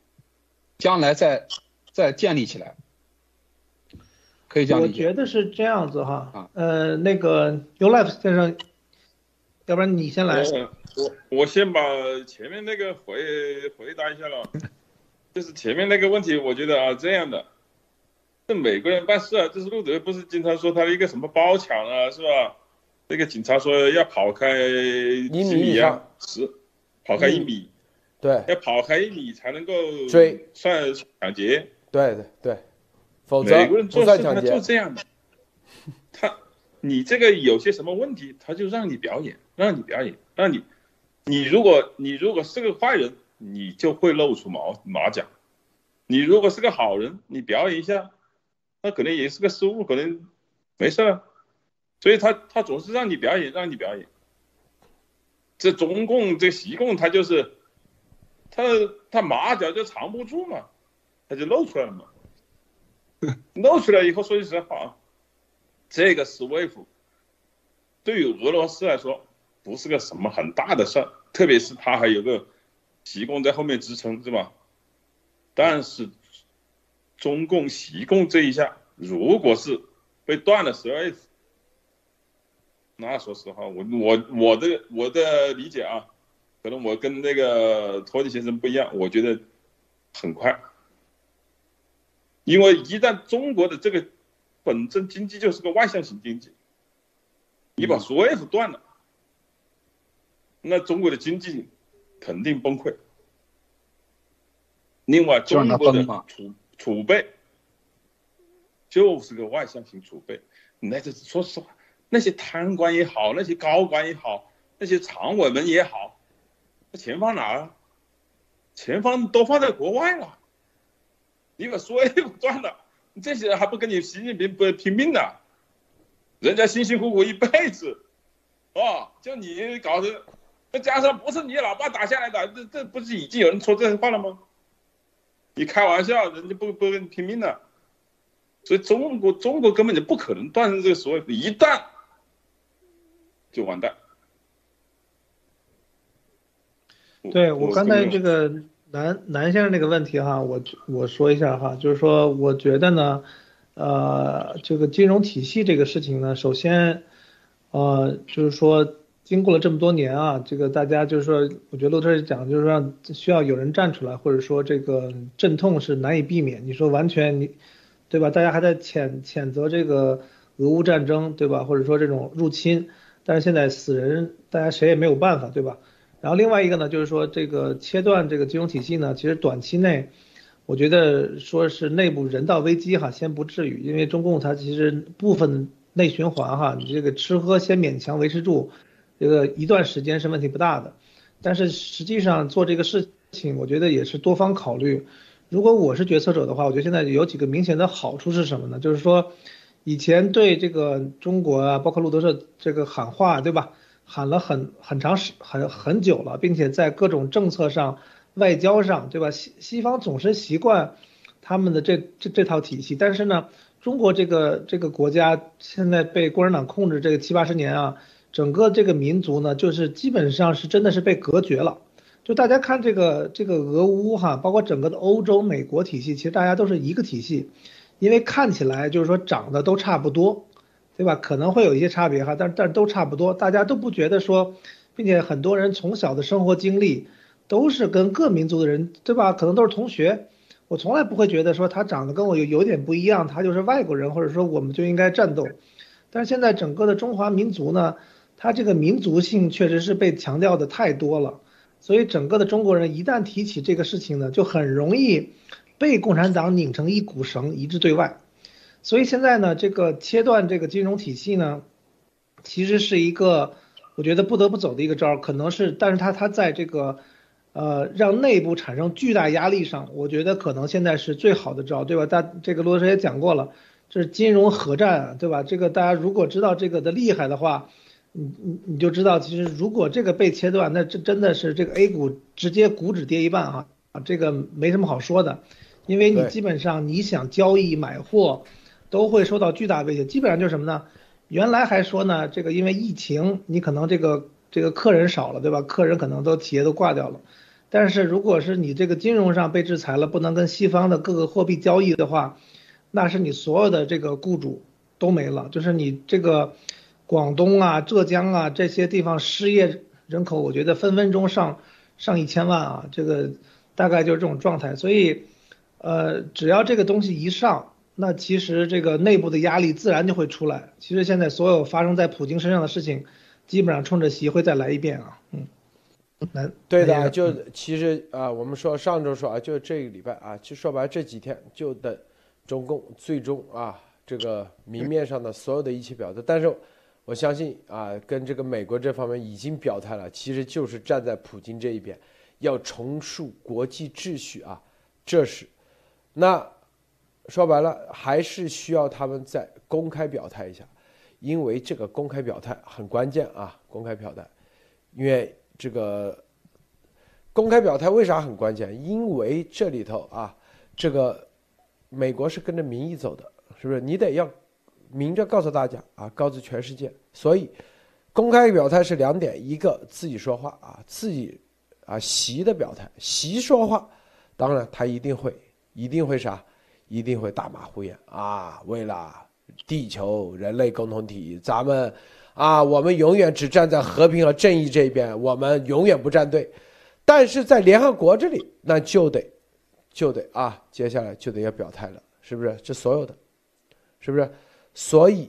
建立起来。可以这样理解。 我觉得是这样子哈，那个 YouLife 先生，要不然你先来。 我先把前面那个回答一下了，就是前面那个问题，我觉得啊这样的，这美国人办事啊，就是路德不是经常说他的一个什么包抢啊，是吧？这个警察说要跑开几米啊，跑开1米， 对， 要跑黑你才能够追算抢劫。 对，否则美国人不做事他算抢劫。 就这样的，你这个有些什么问题，他就让你表演，让你如果是个坏人，你就会露出马脚；你如果是个好人，你表演一下，那可能也是个失误，可能没事儿。所以他总是让你表演。这中共这习共他就是他马脚就藏不住嘛，他就露出来了嘛。露出来以后，说句实话，这个 SWIFT 对于俄罗斯来说不是个什么很大的事儿，特别是他还有个习共在后面支撑，是吧？但是中共习共这一下，如果是被断了SWIFT，那说实话，我的理解啊，可能我跟那个托尼先生不一样，我觉得很快，因为一旦中国的这个本身经济就是个外向型经济，你把SWIFT断了，那中国的经济肯定崩溃。另外，中国的储备就是个外向型储备，那这说实话。那些贪官也好，那些高官也好，那些常委们也好，钱放哪儿？钱都放在国外了。你把SWIFT断了，这些人还不跟你习近平不拼命呢？人家辛辛苦苦一辈子，就你搞的，再加上不是你老爸打下来的，这不是已经有人说这些话了吗？你开玩笑，人家不跟你拼命了。所以中国根本就不可能断这个SWIFT，一旦就完蛋。 对，我刚才这个南先生这个问题哈，我说一下哈，就是说我觉得呢，这个金融体系这个事情呢，首先，就是说经过了这么多年啊，这个大家就是说，我觉得路特讲就是说需要有人站出来，或者说这个阵痛是难以避免。你说完全对吧？大家还在谴责这个俄乌战争，对吧？或者说这种入侵，但是现在死人，大家谁也没有办法，对吧？然后另外一个呢，就是说这个切断这个金融体系呢，其实短期内，我觉得说是内部人道危机哈，先不至于，因为中共它其实部分内循环哈，你这个吃喝先勉强维持住，这个一段时间是问题不大的。但是实际上做这个事情，我觉得也是多方考虑。如果我是决策者的话，我觉得现在有几个明显的好处是什么呢？就是说，以前对这个中国啊，包括路德社这个喊话，对吧？喊了很久了，并且在各种政策上、外交上，对吧？西方总是习惯他们的这套体系，但是呢，中国这个国家现在被共产党控制这个70-80年啊，整个这个民族呢，就是基本上是真的是被隔绝了。就大家看这个俄乌哈，包括整个的欧洲、美国体系，其实大家都是一个体系，因为看起来就是说长得都差不多，对吧？可能会有一些差别哈，但都差不多，大家都不觉得说，并且很多人从小的生活经历都是跟各民族的人，对吧？可能都是同学，我从来不会觉得说他长得跟我有点不一样，他就是外国人，或者说我们就应该战斗。但是现在整个的中华民族呢，它这个民族性确实是被强调的太多了。所以整个的中国人一旦提起这个事情呢，就很容易被共产党拧成一股绳，一致对外。所以现在呢，这个切断这个金融体系呢，其实是一个我觉得不得不走的一个招，可能是，但是它在这个让内部产生巨大压力上，我觉得可能现在是最好的招，对吧？这个罗老师也讲过了，这是金融核战，对吧？这个大家如果知道这个的厉害的话，你就知道，其实如果这个被切断，那这真的是这个 A 股直接股指跌一半哈，这个没什么好说的，因为你基本上你想交易买货都会受到巨大威胁。基本上就是什么呢？原来还说呢，这个因为疫情，你可能这个客人少了，对吧？客人可能企业都挂掉了。但是如果是你这个金融上被制裁了，不能跟西方的各个货币交易的话，那是你所有的这个雇主都没了，就是你这个广东啊、浙江啊这些地方失业人口，我觉得分分钟上1000万啊，这个大概就是这种状态。所以，只要这个东西一上，那其实这个内部的压力自然就会出来。其实现在所有发生在普京身上的事情，基本上冲着习会再来一遍啊， 对的，就其实啊，我们说上周说啊，就这个礼拜啊，就说白了这几天就等中共最终啊这个明面上的所有的一切表态，但是我相信啊，跟这个美国这方面已经表态了，其实就是站在普京这一边，要重塑国际秩序啊，这是那说白了还是需要他们再公开表态一下，因为这个公开表态很关键啊，公开表态，因为这个公开表态为啥很关键？因为这里头啊，这个美国是跟着民意走的，是不是？你得要明着告诉大家啊，告诉全世界。所以公开表态是2点，一个自己说话啊，自己啊习的表态，习说话，当然他一定会啥？一定会大马虎眼啊！为了地球人类共同体，咱们啊，我们永远只站在和平和正义这一边，我们永远不站队。但是在联合国这里，那就得啊，接下来就得要表态了，是不是？这所有的，是不是？所以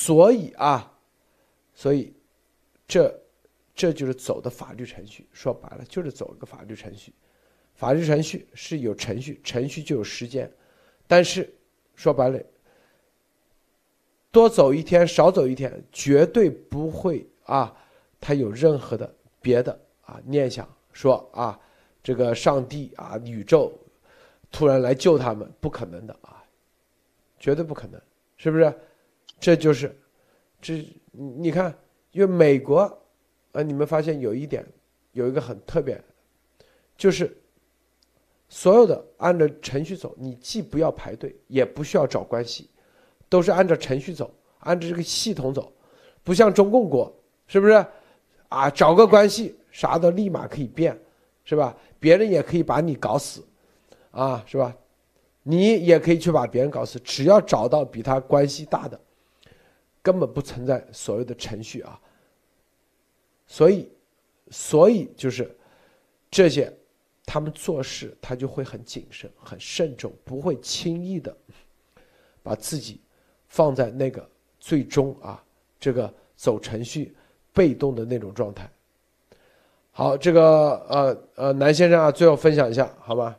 这就是走的法律程序。说白了，就是走一个法律程序。法律程序是有程序，程序就有时间。但是说白了，多走一天少走一天，绝对不会啊，他有任何的别的啊念想，说啊这个上帝啊宇宙突然来救他们，不可能的啊，绝对不可能，是不是？这就是你看，因为美国啊，你们发现有一点有一个很特别，就是所有的按照程序走，你既不要排队，也不需要找关系，都是按照程序走，按照这个系统走，不像中共国，是不是？啊，找个关系，啥都立马可以变，是吧？别人也可以把你搞死，啊，是吧？你也可以去把别人搞死，只要找到比他关系大的，根本不存在所谓的程序啊。所以就是这些。他们做事他就会很谨慎很慎重，不会轻易的把自己放在那个最终啊这个走程序被动的那种状态。好，这个南先生啊，最后分享一下好吗？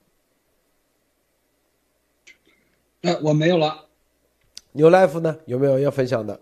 我没有了。 New Life 呢，有没有要分享的？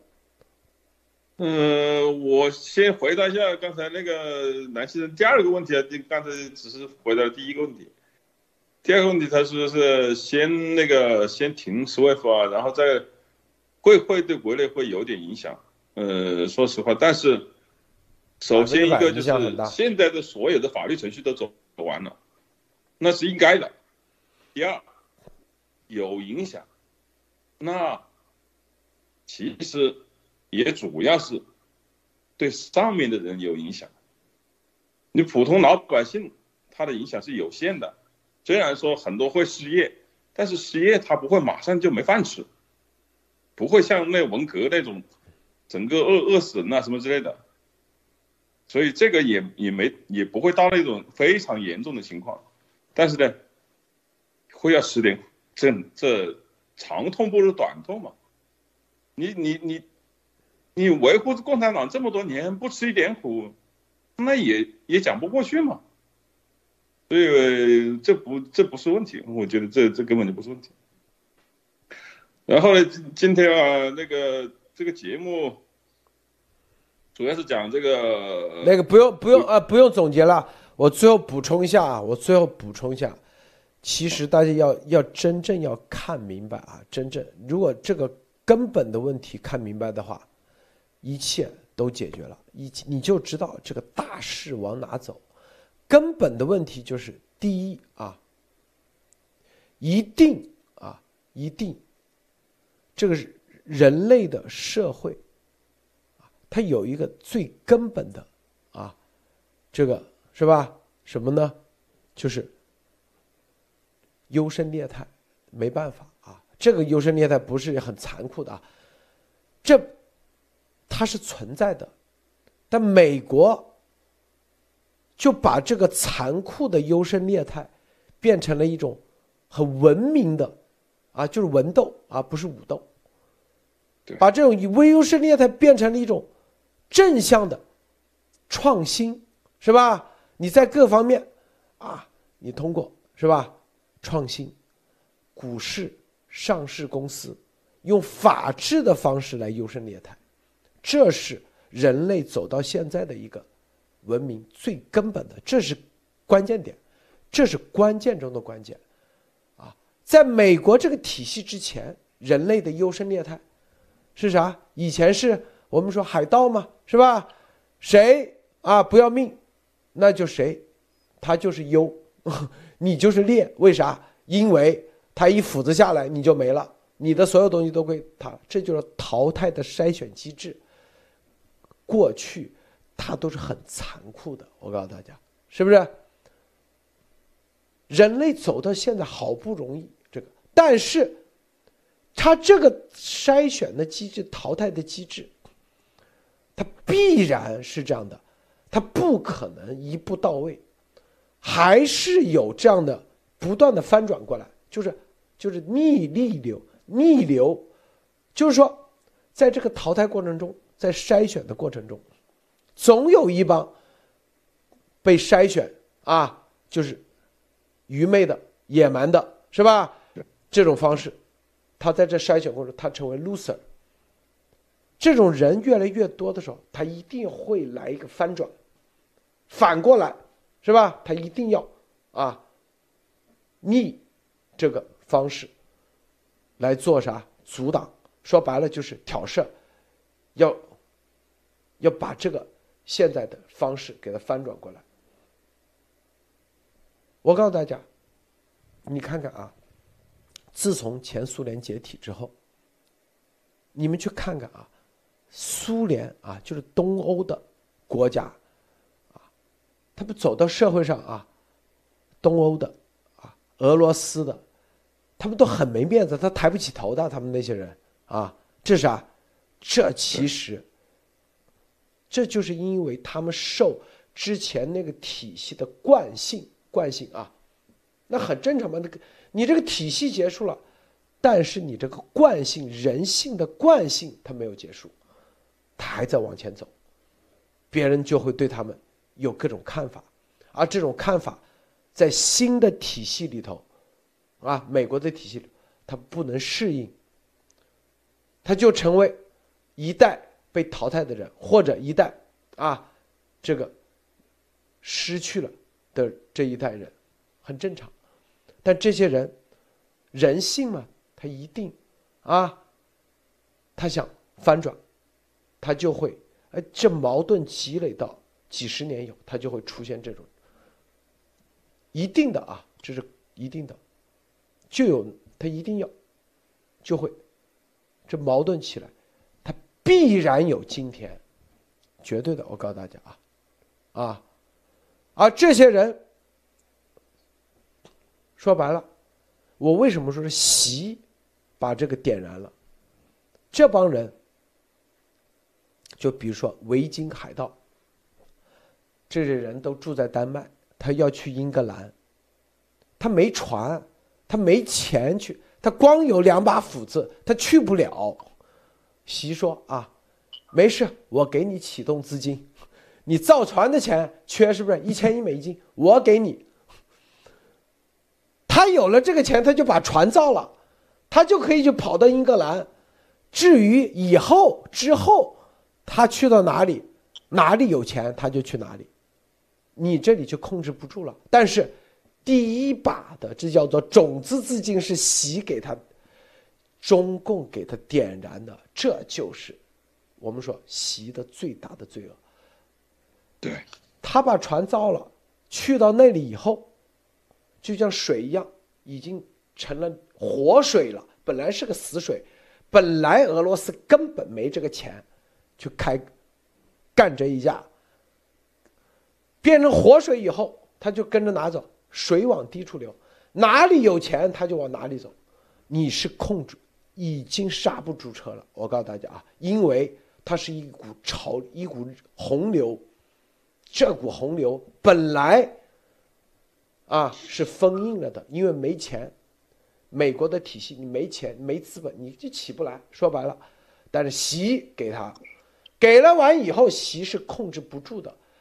我先回答一下刚才那个南先生第2个问题啊，刚才只是回答了第1个问题，第2个问题他说是先停 SWIFT 啊，然后再会对国内会有点影响，说实话，但是首先一个就是现在的所有的法律程序都走完了，那是应该的。第2，有影响，那其实也主要是对上面的人有影响，你普通老百姓他的影响是有限的。虽然说很多会失业，但是失业他不会马上就没饭吃，不会像那文革那种整个饿死人啊什么之类的，所以这个也不会到那种非常严重的情况。但是呢，会要吃点这长痛不如短痛嘛。你维护共产党这么多年不吃一点苦，那也讲不过去嘛。所以这不是问题，我觉得这根本就不是问题。然后呢，今天啊这个节目主要是讲这个那个不用总结了，我最后补充一下，其实大家要真正要看明白啊，真正如果这个根本的问题看明白的话，一切都解决了，你就知道这个大势往哪走。根本的问题就是第一啊，一定这个人类的社会它有一个最根本的啊，这个是吧？什么呢？就是优胜劣汰，没办法啊，这个优胜劣汰不是很残酷的啊，它是存在的，但美国就把这个残酷的优胜劣汰变成了一种很文明的啊，就是文斗啊，不是武斗，把这种微优胜劣汰变成了一种正向的创新，是吧？ 你在各方面啊，你通过是吧？创新、股市、上市公司，用法治的方式来优胜劣汰，这是人类走到现在的一个文明最根本的，这是关键点，这是关键中的关键啊！在美国这个体系之前，人类的优胜劣汰是啥？以前是我们说海盗嘛，是吧？谁啊不要命，那就谁，他就是优，你就是劣，为啥？因为他一斧子下来你就没了，你的所有东西都归他，这就是淘汰的筛选机制。过去它都是很残酷的，我告诉大家，是不是？人类走到现在好不容易这个，但是它这个筛选的机制、淘汰的机制，它必然是这样的，它不可能一步到位，还是有这样的不断的翻转过来，就是逆流，就是说，在这个淘汰过程中，在筛选的过程中，总有一帮被筛选啊，就是愚昧的、野蛮的，是吧？这种方式，他在这筛选过程中，他成为 loser。这种人越来越多的时候，他一定会来一个翻转，反过来，是吧？他一定要啊逆这个方式来做啥？阻挡。说白了就是挑事，要把这个现在的方式给它翻转过来。我告诉大家，你看看啊，自从前苏联解体之后，你们去看看啊，苏联啊，就是东欧的国家啊，他们走到社会上啊，东欧的啊，俄罗斯的，他们都很没面子，他抬不起头的，他们那些人啊，这是啥？这其实，这就是因为他们受之前那个体系的惯性啊，那很正常嘛。那个你这个体系结束了，但是你这个惯性、人性的惯性它没有结束，它还在往前走，别人就会对他们有各种看法，而这种看法在新的体系里头，啊，美国的体系里，它不能适应。他就成为一代被淘汰的人，或者一代啊，这个失去了的这一代人，很正常。但这些人，人性嘛，他一定啊，他想翻转，他就会，这矛盾积累到几十年以后，他就会出现这种一定的啊，这是一定的，就有他一定要就会。这矛盾起来，它必然有今天，绝对的，我告诉大家啊，而这些人，说白了，我为什么说是习把这个点燃了？这帮人，就比如说维京海盗，这些人都住在丹麦，他要去英格兰，他没船，他没钱去。他光有2把斧子，他去不了。习说啊，没事，我给你启动资金，你造船的钱缺是不是$1000我给你。他有了这个钱，他就把船造了，他就可以去跑到英格兰。至于以后之后，他去到哪里有钱他就去哪里，你这里就控制不住了。但是第一把的，这叫做种子资金，是习给他，中共给他点燃的，这就是我们说习的最大的罪恶。 对， 他把船造了，去到那里以后，就像水一样，已经成了活水了。本来是个死水，本来俄罗斯根本没这个钱去干这一架，变成活水以后，他就跟着拿走。水往低处流，哪里有钱他就往哪里走，你是控制，已经刹不住车了。我告诉大家啊，因为它是一股潮，一股洪流，这股洪流本来啊是封印了的，因为没钱，美国的体系你没钱没资本你就起不来，说白了。但是习给他，给了完以后，习是控制不住的，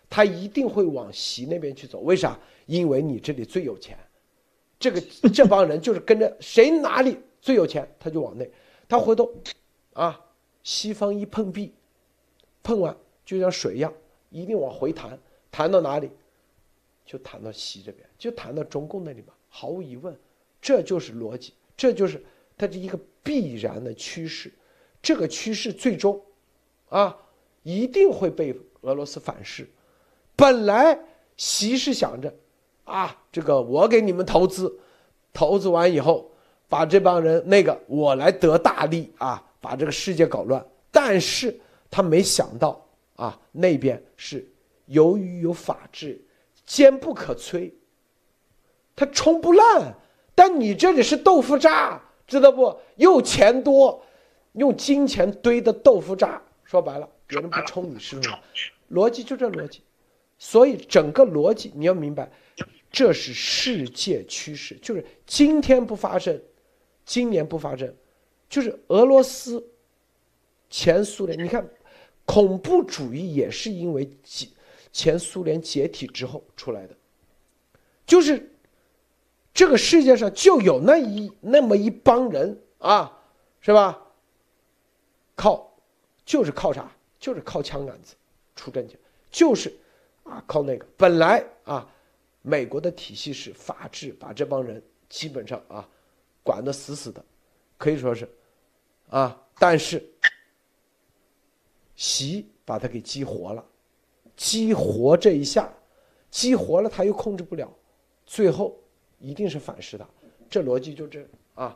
他一定会往习那边去走。为啥？因为你这里最有钱，这帮人就是跟着谁哪里最有钱，他就往内。他回头，啊，西方一碰壁，碰完就像水一样，一定往回弹，弹到哪里？就弹到习这边，就弹到中共那里嘛。毫无疑问，这就是逻辑，这就是它是一个必然的趋势。这个趋势最终，啊，一定会被俄罗斯反噬。本来习是想着，啊，这个我给你们投资完以后，把这帮人那个我来得大利啊，把这个世界搞乱。但是他没想到啊，那边是由于有法治，坚不可摧，他冲不烂。但你这里是豆腐渣，知道不？又钱多，用金钱堆的豆腐渣，说白了，别人不冲你是什么？逻辑就这逻辑。所以整个逻辑你要明白，这是世界趋势，就是今天不发生，今年不发生，就是俄罗斯、前苏联，你看，恐怖主义也是因为前苏联解体之后出来的，就是这个世界上就有那么一帮人啊，是吧？就是靠啥？就是靠枪杆子出政权，就是啊靠那个。本来啊，美国的体系是法治，把这帮人基本上啊管得死死的，可以说是啊，但是习把他给激活了，激活这一下，激活了他又控制不了，最后一定是反噬他，这逻辑就这啊。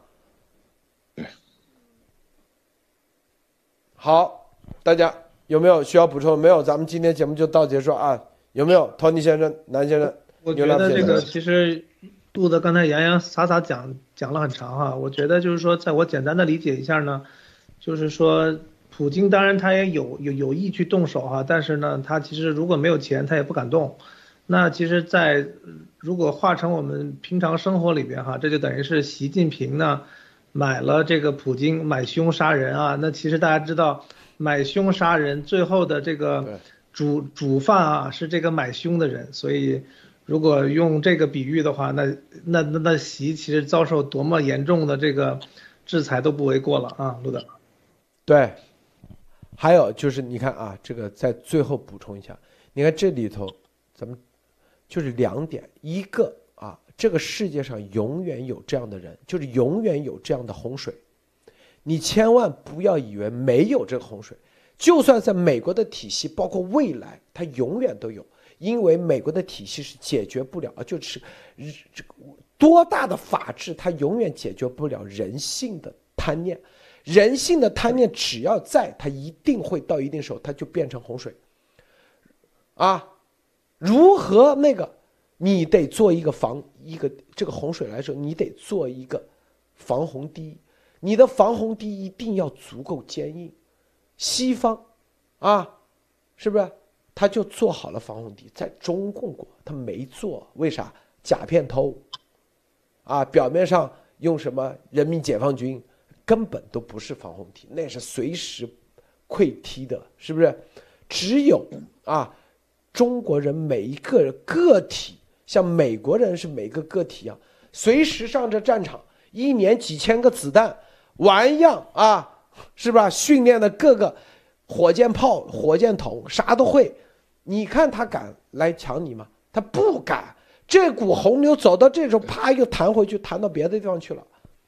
好，大家有没有需要补充？没有，咱们今天节目就到结束啊。有没有托尼先生、南先生？ 我觉得这个其实杜德刚才洋洋洒洒讲了很长哈。我觉得就是说，在我简单的理解一下呢，就是说普京当然他也有意去动手哈，但是呢，他其实如果没有钱，他也不敢动。那其实在如果化成我们平常生活里边哈，这就等于是习近平呢买了这个普京买凶杀人啊。那其实大家知道买凶杀人最后的这个主犯啊是这个买凶的人，所以如果用这个比喻的话，那习其实遭受多么严重的这个制裁都不为过了啊，陆德。 对，还有就是你看啊，这个在最后补充一下，你看这里头咱们就是2点，一个啊，这个世界上永远有这样的人，就是永远有这样的洪水，你千万不要以为没有这个洪水，就算在美国的体系，包括未来，它永远都有，因为美国的体系是解决不了，就是多大的法治，它永远解决不了人性的贪念。人性的贪念只要在，它一定会到一定时候，它就变成洪水。啊，如何那个？你得做一个这个洪水来的时候，你得做一个防洪堤，你的防洪堤一定要足够坚硬。西方，啊，是不是？他就做好了防洪堤，在中共国他没做，为啥？假片偷，啊，表面上用什么人民解放军，根本都不是防洪堤，那是随时溃堤的，是不是？只有啊，中国人每一个个体。像美国人是每个个体一样，随时上这战场，一年几千个子弹，玩样啊，是吧？训练的各个火箭炮、火箭筒，啥都会。你看他敢来抢你吗？他不敢。这股洪流走到这种，啪又弹回去，弹到别的地方去了。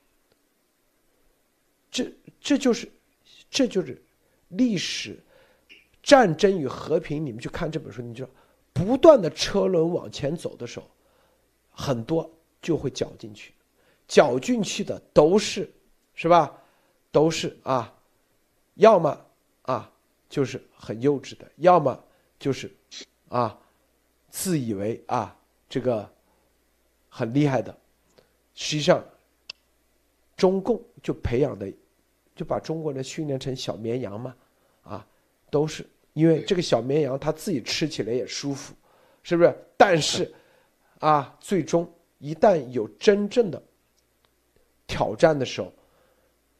这就是历史战争与和平。你们去看这本书，你就。不断的车轮往前走的时候，很多就会搅进去，搅进去的都是，是吧？都是啊，要么啊就是很幼稚的，要么就是啊自以为啊这个很厉害的。实际上，中共就培养的，就把中国人训练成小绵羊嘛，啊，都是。因为这个小绵羊它自己吃起来也舒服，是不是？但是，啊，最终一旦有真正的挑战的时候，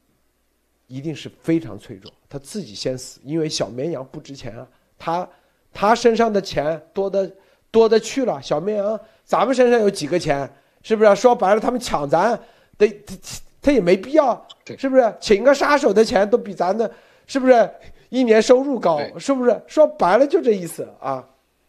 一定是非常脆弱，它自己先死，因为小绵羊不值钱啊， 他身上的钱多的去了，小绵羊，咱们身上有几个钱，是不是？说白了，他们抢咱，他也没必要，是不是？请个杀手的钱都比咱的，是不是？一年收入高，是不是？说白了就这意思啊。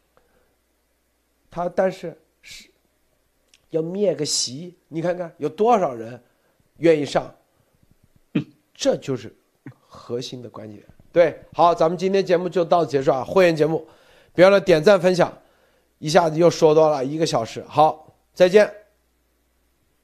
但是要灭个席，你看看有多少人愿意上，这就是核心的关键。对，好，咱们今天节目就到此结束啊，会员节目，别忘了点赞分享，一下子又说多了1个小时，好，再见。